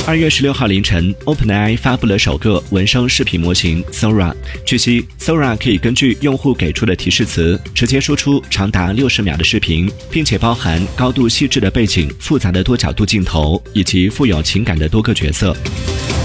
2月16号凌晨 ，OpenAI 发布了首个文生视频模型 Sora。据悉 ，Sora 可以根据用户给出的提示词，直接输出长达60秒的视频，并且包含高度细致的背景、复杂的多角度镜头以及富有情感的多个角色。